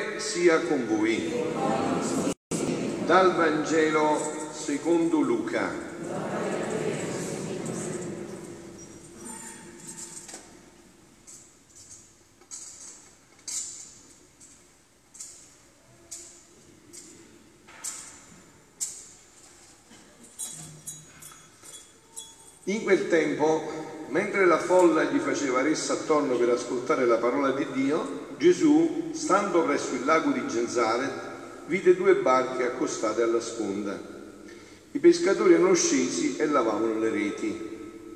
Signore sia con voi. Dal Vangelo secondo Luca. In quel tempo, mentre la folla gli faceva ressa attorno per ascoltare la parola di Dio, Gesù, stando presso il lago di Gennesaret, vide due barche accostate alla sponda. I pescatori erano scesi e lavavano le reti.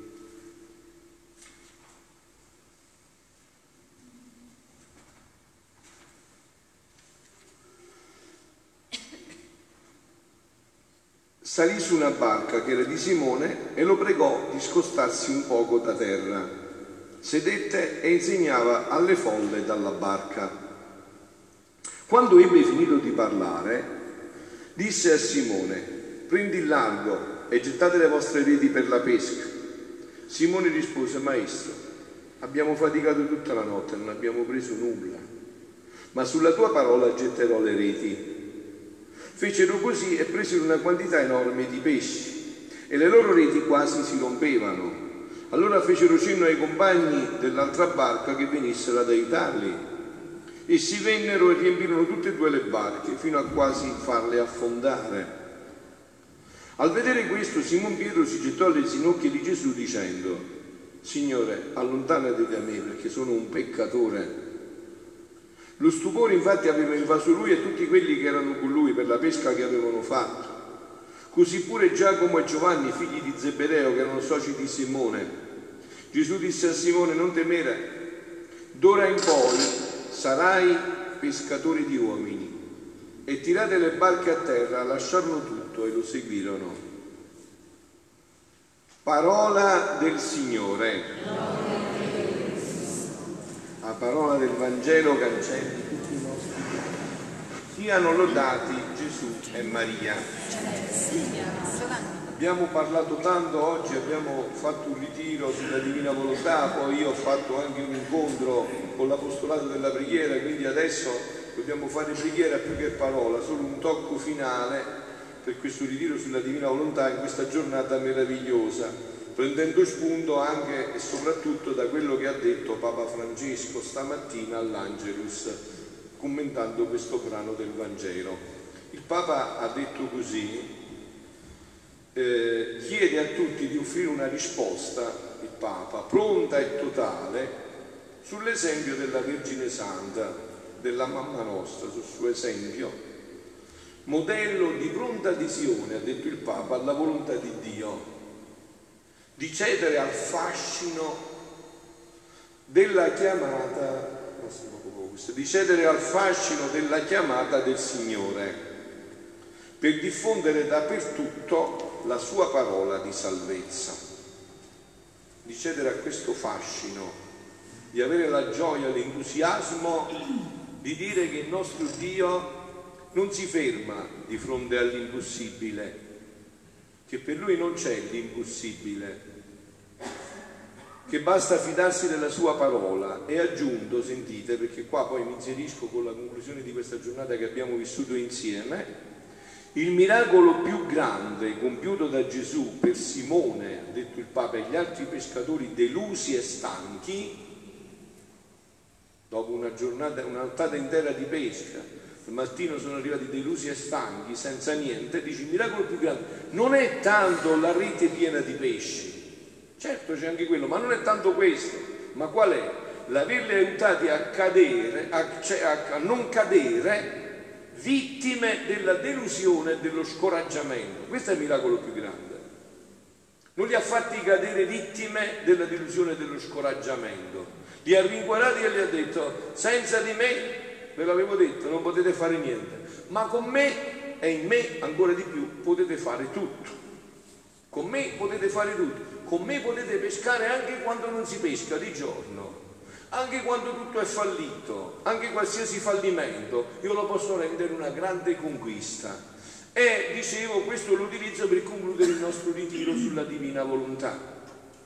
Salì su una barca che era di Simone e lo pregò di scostarsi un poco da terra. Sedette e insegnava alle folle dalla barca. Quando ebbe finito di parlare, disse a Simone: prendi il largo e gettate le vostre reti per la pesca. Simone rispose: Maestro, abbiamo faticato tutta la notte e non abbiamo preso nulla, ma sulla tua parola getterò le reti. Fecero così e presero una quantità enorme di pesci e le loro reti quasi si rompevano. Allora fecero cenno ai compagni dell'altra barca che venissero ad aiutarli. Essi vennero e riempirono tutte e due le barche fino a quasi farle affondare. Al vedere questo, Simon Pietro si gettò alle ginocchia di Gesù dicendo: Signore, allontanati da me perché sono un peccatore. Lo stupore infatti aveva invaso lui e tutti quelli che erano con lui per la pesca che avevano fatto. Così pure Giacomo e Giovanni, figli di Zebedeo, che erano soci di Simone. Gesù disse a Simone: non temere, d'ora in poi sarai pescatore di uomini. E tirate le barche a terra, lasciarono tutto e lo seguirono. Parola del Signore. La parola del Vangelo cancelli tutti i nostri peccati. Siano lodati Gesù e Maria. Abbiamo parlato tanto oggi, abbiamo fatto un ritiro sulla Divina Volontà, poi io ho fatto anche un incontro con l'Apostolato della Preghiera, quindi adesso dobbiamo fare preghiera più che parola, solo un tocco finale per questo ritiro sulla Divina Volontà in questa giornata meravigliosa, prendendo spunto anche e soprattutto da quello che ha detto Papa Francesco stamattina all'Angelus, commentando questo brano del Vangelo. Il Papa ha detto così: chiede a tutti di offrire una risposta, il Papa, pronta e totale, sull'esempio della Vergine Santa, della Mamma Nostra, sul suo esempio, modello di pronta adesione, ha detto il Papa, alla volontà di Dio, di cedere al fascino della chiamata, del Signore, per diffondere dappertutto la sua parola di salvezza, di cedere a questo fascino, di avere la gioia, l'entusiasmo di dire che il nostro Dio non si ferma di fronte all'impossibile, che per lui non c'è l'impossibile, che basta fidarsi della sua parola. E aggiunto, sentite, perché qua poi mi inserisco con la conclusione di questa giornata che abbiamo vissuto insieme, il miracolo più grande compiuto da Gesù per Simone, ha detto il Papa, e gli altri pescatori delusi e stanchi, dopo una giornata, una nottata intera di pesca, al mattino sono arrivati delusi e stanchi, senza niente, dice: il miracolo più grande non è tanto la rete piena di pesci, certo c'è anche quello, ma non è tanto questo, ma qual è? L'averli aiutati a cadere, a non cadere vittime della delusione e dello scoraggiamento. Questo è il miracolo più grande. Non li ha fatti cadere vittime della delusione e dello scoraggiamento, li ha rincuorati e gli ha detto: senza di me, ve l'avevo detto, non potete fare niente, ma con me e in me ancora di più potete fare tutto. Con me potete fare tutto, con me potete pescare anche quando non si pesca di giorno, anche quando tutto è fallito, anche qualsiasi fallimento io lo posso rendere una grande conquista. E dicevo, questo lo utilizzo per concludere il nostro ritiro sulla Divina Volontà.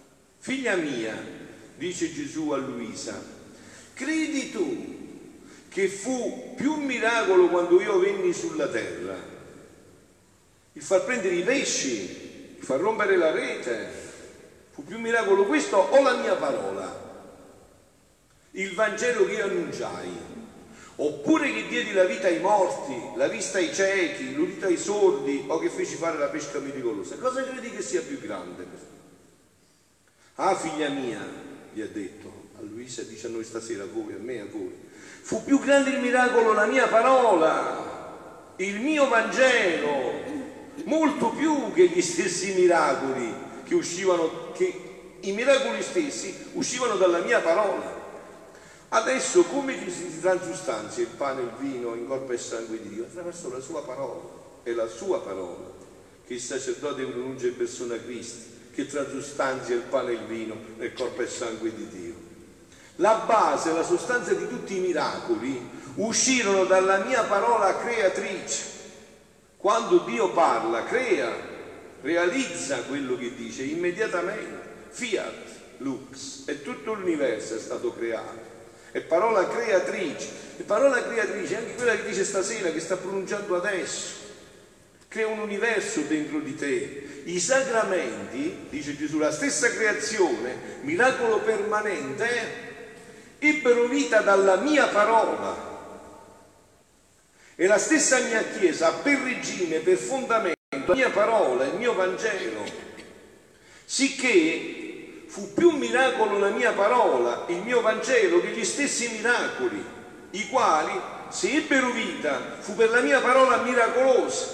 Figlia mia, dice Gesù a Luisa, credi tu che fu più un miracolo quando io venni sulla terra, il far prendere i pesci, il far rompere la rete, fu più un miracolo questo o la mia parola, il Vangelo che io annunciai? Oppure che diedi la vita ai morti, la vista ai ciechi, l'udito ai sordi, o che feci fare la pesca miracolosa? Cosa credi che sia più grande? Ah, figlia mia, gli ha detto a Luisa, dice a noi stasera, a voi, a me, a voi, fu più grande il miracolo la mia parola, il mio Vangelo, molto più che gli stessi miracoli che uscivano, che i miracoli stessi uscivano dalla mia parola. Adesso come si transustanzia il pane e il vino in corpo e sangue di Dio? Attraverso la sua parola. È la sua parola che il sacerdote pronuncia in persona Cristo, che transustanzia il pane e il vino nel corpo e sangue di Dio. La base, la sostanza di tutti i miracoli uscirono dalla mia parola creatrice. Quando Dio parla, crea, realizza quello che dice immediatamente. Fiat, lux, e tutto l'universo è stato creato. È parola creatrice, è parola creatrice anche quella che dice stasera, che sta pronunciando adesso. Crea un universo dentro di te. I sacramenti, dice Gesù, la stessa creazione, miracolo permanente, ebbero vita dalla mia parola. E la stessa mia Chiesa ha per regime, per fondamento, la mia parola, il mio Vangelo, sicché fu più un miracolo la mia parola, il mio Vangelo, che gli stessi miracoli, i quali, se ebbero vita, fu per la mia parola miracolosa.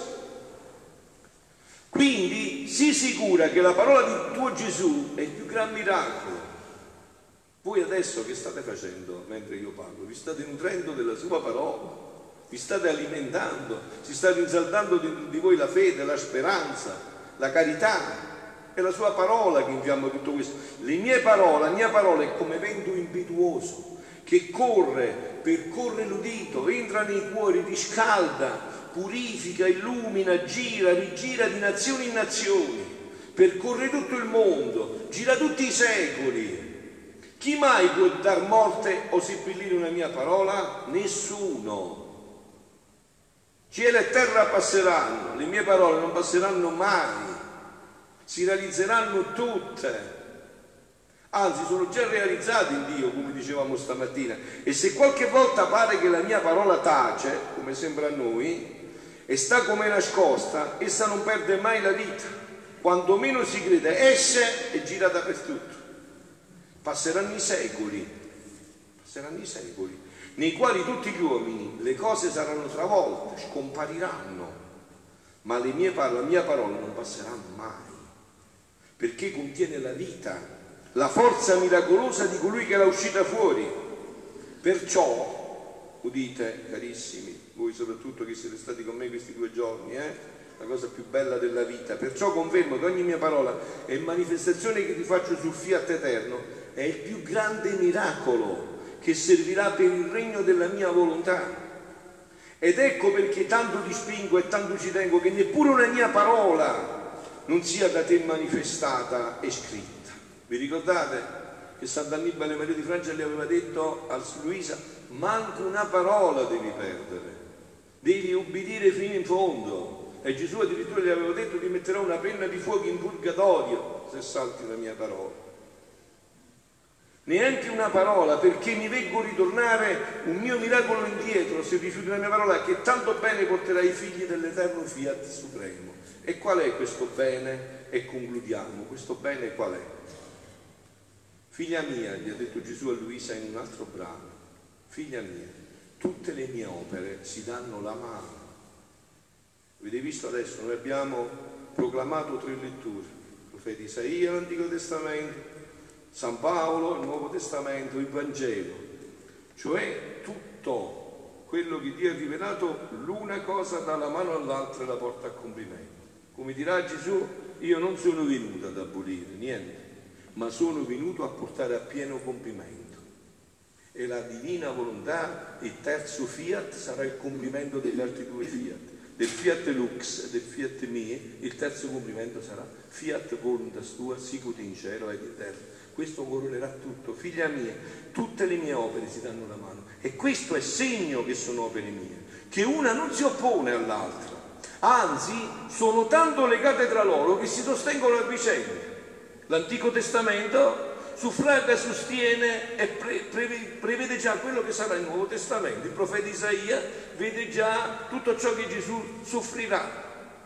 Quindi sii sicura che la parola di tuo Gesù è il più gran miracolo. Voi adesso che state facendo mentre io parlo? Vi state nutrendo della sua parola, vi state alimentando, si sta rinsaldando dentro di voi la fede, la speranza, la carità. È la sua parola che infiamma tutto questo. La mia parola è come vento impetuoso che corre, percorre l'udito, entra nei cuori, riscalda, purifica, illumina, gira, rigira di nazioni in nazioni, percorre tutto il mondo, gira tutti i secoli. Chi mai può dar morte o seppellire una mia parola? Nessuno. Cielo e terra passeranno, le mie parole non passeranno mai. Si realizzeranno tutte, anzi sono già realizzate in Dio, come dicevamo stamattina. E se qualche volta pare che la mia parola tace, come sembra a noi, e sta come nascosta, essa non perde mai la vita. Quando meno si crede, esce e gira dappertutto. Passeranno i secoli, nei quali tutti gli uomini, le cose saranno travolte, scompariranno, ma la mia parola non passerà mai, perché contiene la vita, la forza miracolosa di colui che l'ha uscita fuori. Perciò, udite carissimi, voi soprattutto che siete stati con me questi 2 giorni, la cosa più bella della vita, perciò confermo che ogni mia parola è manifestazione che ti faccio sul fiat eterno, è il più grande miracolo che servirà per il regno della mia volontà. Ed ecco perché tanto ti spingo e tanto ci tengo che neppure una mia parola non sia da te manifestata e scritta. Vi ricordate che Sant'Annibale Maria di Francia le aveva detto a Luisa: manco una parola devi perdere, devi ubbidire fino in fondo. E Gesù addirittura le aveva detto: ti metterò una penna di fuoco in purgatorio se salti la mia parola. Neanche una parola, perché mi veggo ritornare un mio miracolo indietro se rifiuti la mia parola, che tanto bene porterà i figli dell'eterno fiat supremo. E qual è questo bene? E concludiamo. Questo bene qual è? Figlia mia, gli ha detto Gesù a Luisa in un altro brano, figlia mia, tutte le mie opere si danno la mano. Avete visto adesso? Noi abbiamo proclamato 3 letture, il profeta Isaia, l'Antico Testamento, San Paolo, il Nuovo Testamento, il Vangelo, cioè tutto quello che Dio ha rivelato, l'una cosa dalla mano all'altra e la porta a compimento. Come dirà Gesù, io non sono venuto ad abolire niente, ma sono venuto a portare a pieno compimento. E la divina volontà, il terzo fiat, sarà il compimento degli altri 2 fiat, del Fiat Lux, del Fiat Mie, il terzo complimento sarà Fiat voluntas tua, sicut in cielo ed in terra. Questo coronerà tutto. Figlia mia, tutte le mie opere si danno la mano, e questo è segno che sono opere mie, che una non si oppone all'altra, anzi sono tanto legate tra loro che si sostengono a vicenda. L'Antico Testamento suffraga, sostiene e prevede già quello che sarà il Nuovo Testamento. Il profeta Isaia vede già tutto ciò che Gesù soffrirà.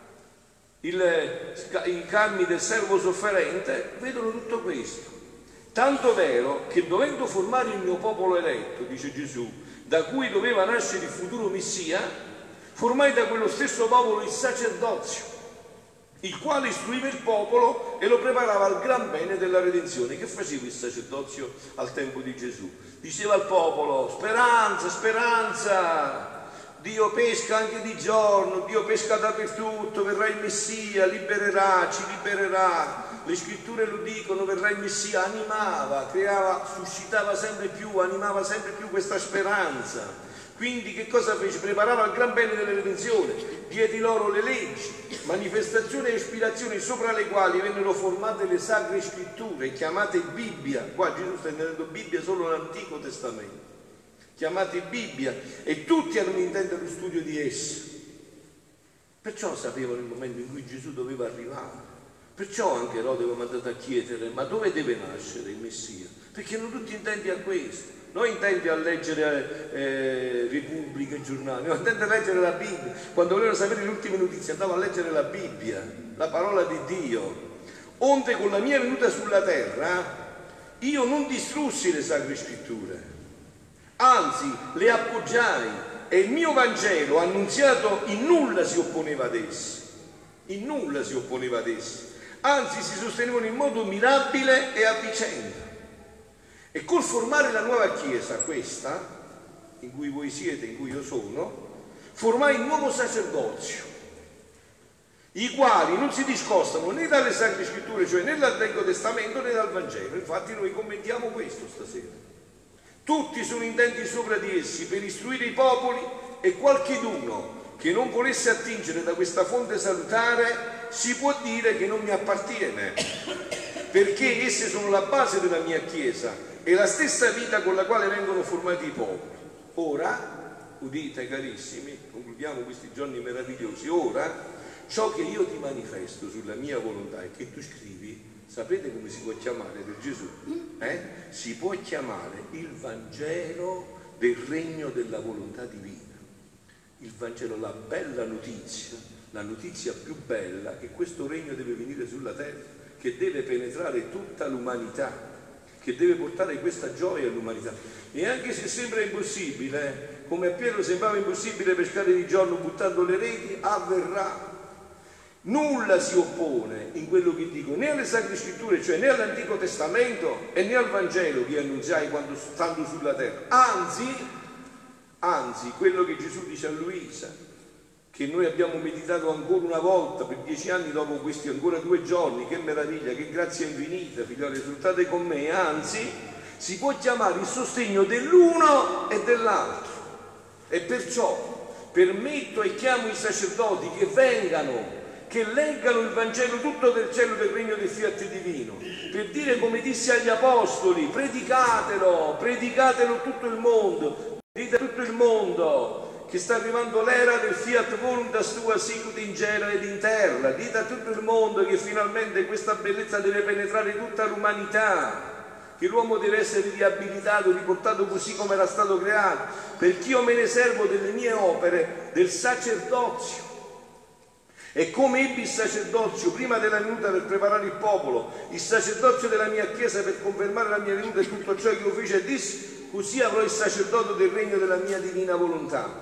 I carmi del servo sofferente vedono tutto questo. Tanto vero che, dovendo formare il mio popolo eletto, dice Gesù, da cui doveva nascere il futuro Messia, formai da quello stesso popolo il sacerdozio, il quale istruiva il popolo e lo preparava al gran bene della redenzione. Che faceva il sacerdozio al tempo di Gesù? Diceva al popolo: speranza, speranza, Dio pesca anche di giorno, Dio pesca dappertutto, verrà il Messia, libererà, ci libererà. Le scritture lo dicono, verrà il Messia. Animava, creava, suscitava sempre più, animava sempre più questa speranza. Quindi che cosa fece? Preparava il gran bene della redenzione, diede loro le leggi, manifestazioni e ispirazioni sopra le quali vennero formate le sacre scritture, chiamate Bibbia. Qua Gesù sta intendendo Bibbia solo l'Antico Testamento, chiamate Bibbia, e tutti erano intenti allo studio di esse. Perciò sapevano il momento in cui Gesù doveva arrivare. Perciò anche Erode aveva mandato a chiedere: ma dove deve nascere il Messia? Perché erano tutti intenti a questo. Noi intenti a leggere Repubblica e giornali, noi intenti a leggere la Bibbia. Quando volevano sapere le ultime notizie andavo a leggere la Bibbia, la parola di Dio. Onde con la mia venuta sulla terra io non distrussi le sacre scritture, anzi le appoggiai, e il mio Vangelo annunziato in nulla si opponeva ad essi, in nulla si opponeva ad essi, anzi si sostenevano in modo mirabile e a vicenda. E col formare la nuova Chiesa, questa, in cui voi siete, in cui io sono, formai il nuovo sacerdozio, i quali non si discostano né dalle Sacre Scritture, cioè né dall'Antico Testamento né dal Vangelo. Infatti noi commentiamo questo stasera. Tutti sono intenti sopra di essi per istruire i popoli, e qualcheduno che non volesse attingere da questa fonte salutare si può dire che non mi appartiene, perché esse sono la base della mia Chiesa e la stessa vita con la quale vengono formati i popoli. Ora, udite carissimi, concludiamo questi giorni meravigliosi, ora ciò che io ti manifesto sulla mia volontà e che tu scrivi, sapete come si può chiamare per Gesù? Si può chiamare il Vangelo del regno della volontà divina. Il Vangelo, la bella notizia, la notizia più bella, che questo regno deve venire sulla terra, che deve penetrare tutta l'umanità, che deve portare questa gioia all'umanità. E anche se sembra impossibile, come a Pietro sembrava impossibile pescare di giorno buttando le reti, avverrà. Nulla si oppone in quello che dico né alle Sacre Scritture, cioè né all'Antico Testamento e né al Vangelo che annunziai quando stando sulla terra. Anzi, quello che Gesù dice a Luisa, che noi abbiamo meditato ancora una volta per 10 anni dopo questi ancora 2 giorni, che meraviglia, che grazia infinita, figlioli, risultate con me. Anzi, si può chiamare il sostegno dell'uno e dell'altro. E perciò permetto e chiamo i sacerdoti che vengano, che leggano il Vangelo tutto del cielo del regno del Fiat divino, per dire come disse agli apostoli: predicatelo, predicatelo tutto il mondo, dite a tutto il mondo che sta arrivando l'era del Fiat voluntas tua sicut in cielo ed in terra. Dite a tutto il mondo che finalmente questa bellezza deve penetrare tutta l'umanità, che l'uomo deve essere riabilitato, riportato così come era stato creato, perché io me ne servo delle mie opere, del sacerdozio. E come ebbi il sacerdozio prima della venuta per preparare il popolo, il sacerdozio della mia Chiesa per confermare la mia venuta e tutto ciò che io feci e dissi, così avrò il sacerdote del regno della mia divina volontà.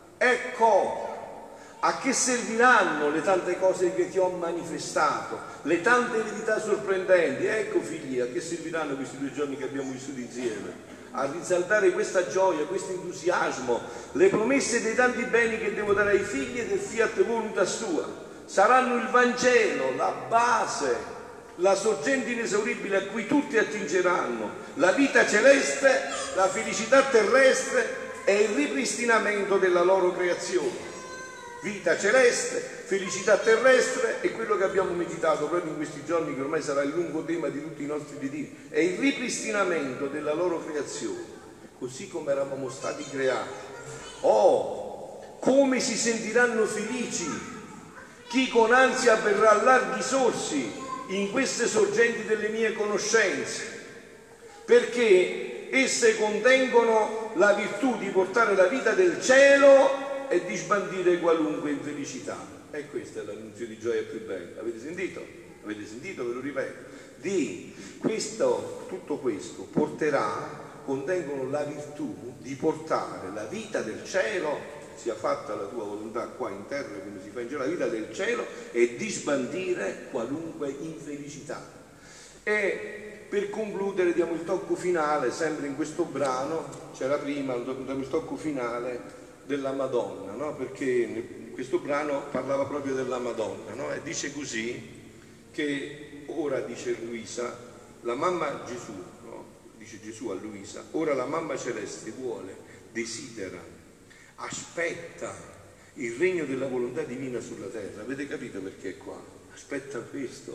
Ecco, a che serviranno le tante cose che ti ho manifestato, le tante eredità sorprendenti? Ecco, figli, a che serviranno questi 2 giorni che abbiamo vissuto insieme? A risaltare questa gioia, questo entusiasmo, le promesse dei tanti beni che devo dare ai figli del Fiat voluntas tua. Saranno il Vangelo, la base, la sorgente inesauribile a cui tutti attingeranno, la vita celeste, la felicità terrestre e il ripristinamento della loro creazione. vita celeste, felicità terrestre, e quello che abbiamo meditato proprio in questi giorni, che ormai sarà il lungo tema di tutti i nostri ritiri, è il ripristinamento della loro creazione, così come eravamo stati creati. Oh, come si sentiranno felici chi con ansia berrà a larghi sorsi in queste sorgenti delle mie conoscenze, perché esse contengono la virtù di portare la vita del cielo e di sbandire qualunque infelicità. E questo è l'annunzio di gioia più bello. Avete sentito? Avete sentito? Ve lo ripeto. Tutto questo contengono la virtù di portare la vita del cielo, sia fatta la tua volontà qua in terra come si fa in cielo, la vita del cielo, e di sbandire qualunque infelicità. E per concludere diamo il tocco finale, sempre in questo brano, c'era prima, diamo il tocco finale della Madonna, no? Perché in questo brano parlava proprio della Madonna, no? E dice così, che ora, dice Luisa, la mamma Gesù, no? Dice Gesù a Luisa, ora la mamma celeste vuole, desidera, aspetta il regno della volontà divina sulla terra. Avete capito perché è qua? Aspetta questo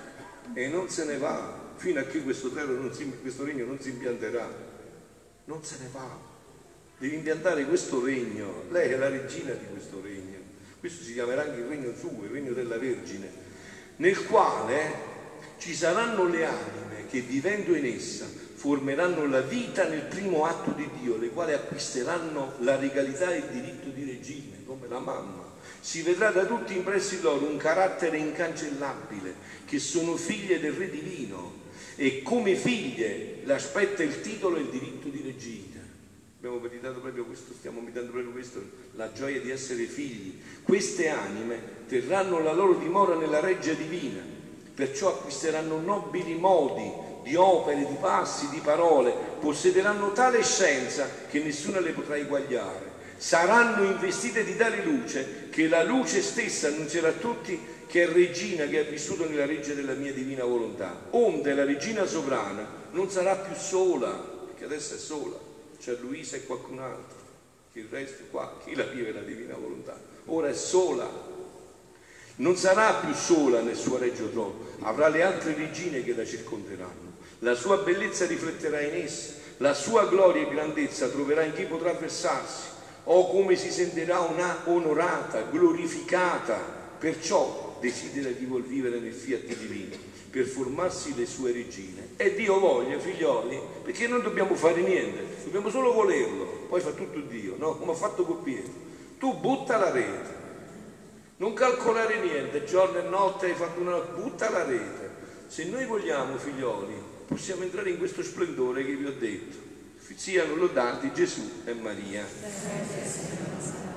e non se ne va fino a che questo regno non si impianterà. Non se ne va. Devi impiantare questo regno. Lei è la regina di questo regno. Questo si chiamerà anche il regno suo, il regno della Vergine, nel quale ci saranno le anime che, vivendo in essa, formeranno la vita nel primo atto di Dio, le quali acquisteranno la regalità e il diritto di regine, come la mamma. Si vedrà da tutti impressi loro un carattere incancellabile, che sono figlie del Re Divino, e come figlie l'aspetta il titolo e il diritto di regina. Abbiamo meditato proprio questo, stiamo meditando proprio questo, la gioia di essere figli. Queste anime terranno la loro dimora nella reggia divina, perciò acquisteranno nobili modi di opere, di passi, di parole, possederanno tale scienza che nessuna le potrà eguagliare. Saranno investite di tale luce che la luce stessa annunzierà a tutti che è regina, che ha vissuto nella reggia della mia divina volontà. Onde la regina sovrana non sarà più sola, perché adesso è sola, c'è Luisa e qualcun altro, che il resto qua, chi la vive la divina volontà, ora è sola. Non sarà più sola nel suo regio trono, avrà le altre regine che la circonderanno. La sua bellezza rifletterà in essa, la sua gloria e grandezza troverà in chi potrà versarsi. Oh, come si sentirà onorata, glorificata. Perciò desidera chi vuol vivere nel fiat divino, per formarsi le sue regine. E Dio voglia, figlioli, perché non dobbiamo fare niente, dobbiamo solo volerlo, poi fa tutto Dio, no? Come ha fatto con Pietro. Tu butta la rete, non calcolare niente, giorno e notte hai fatto butta la rete. Se noi vogliamo, figlioli, possiamo entrare in questo splendore che vi ho detto. Siano lodati Gesù e Maria.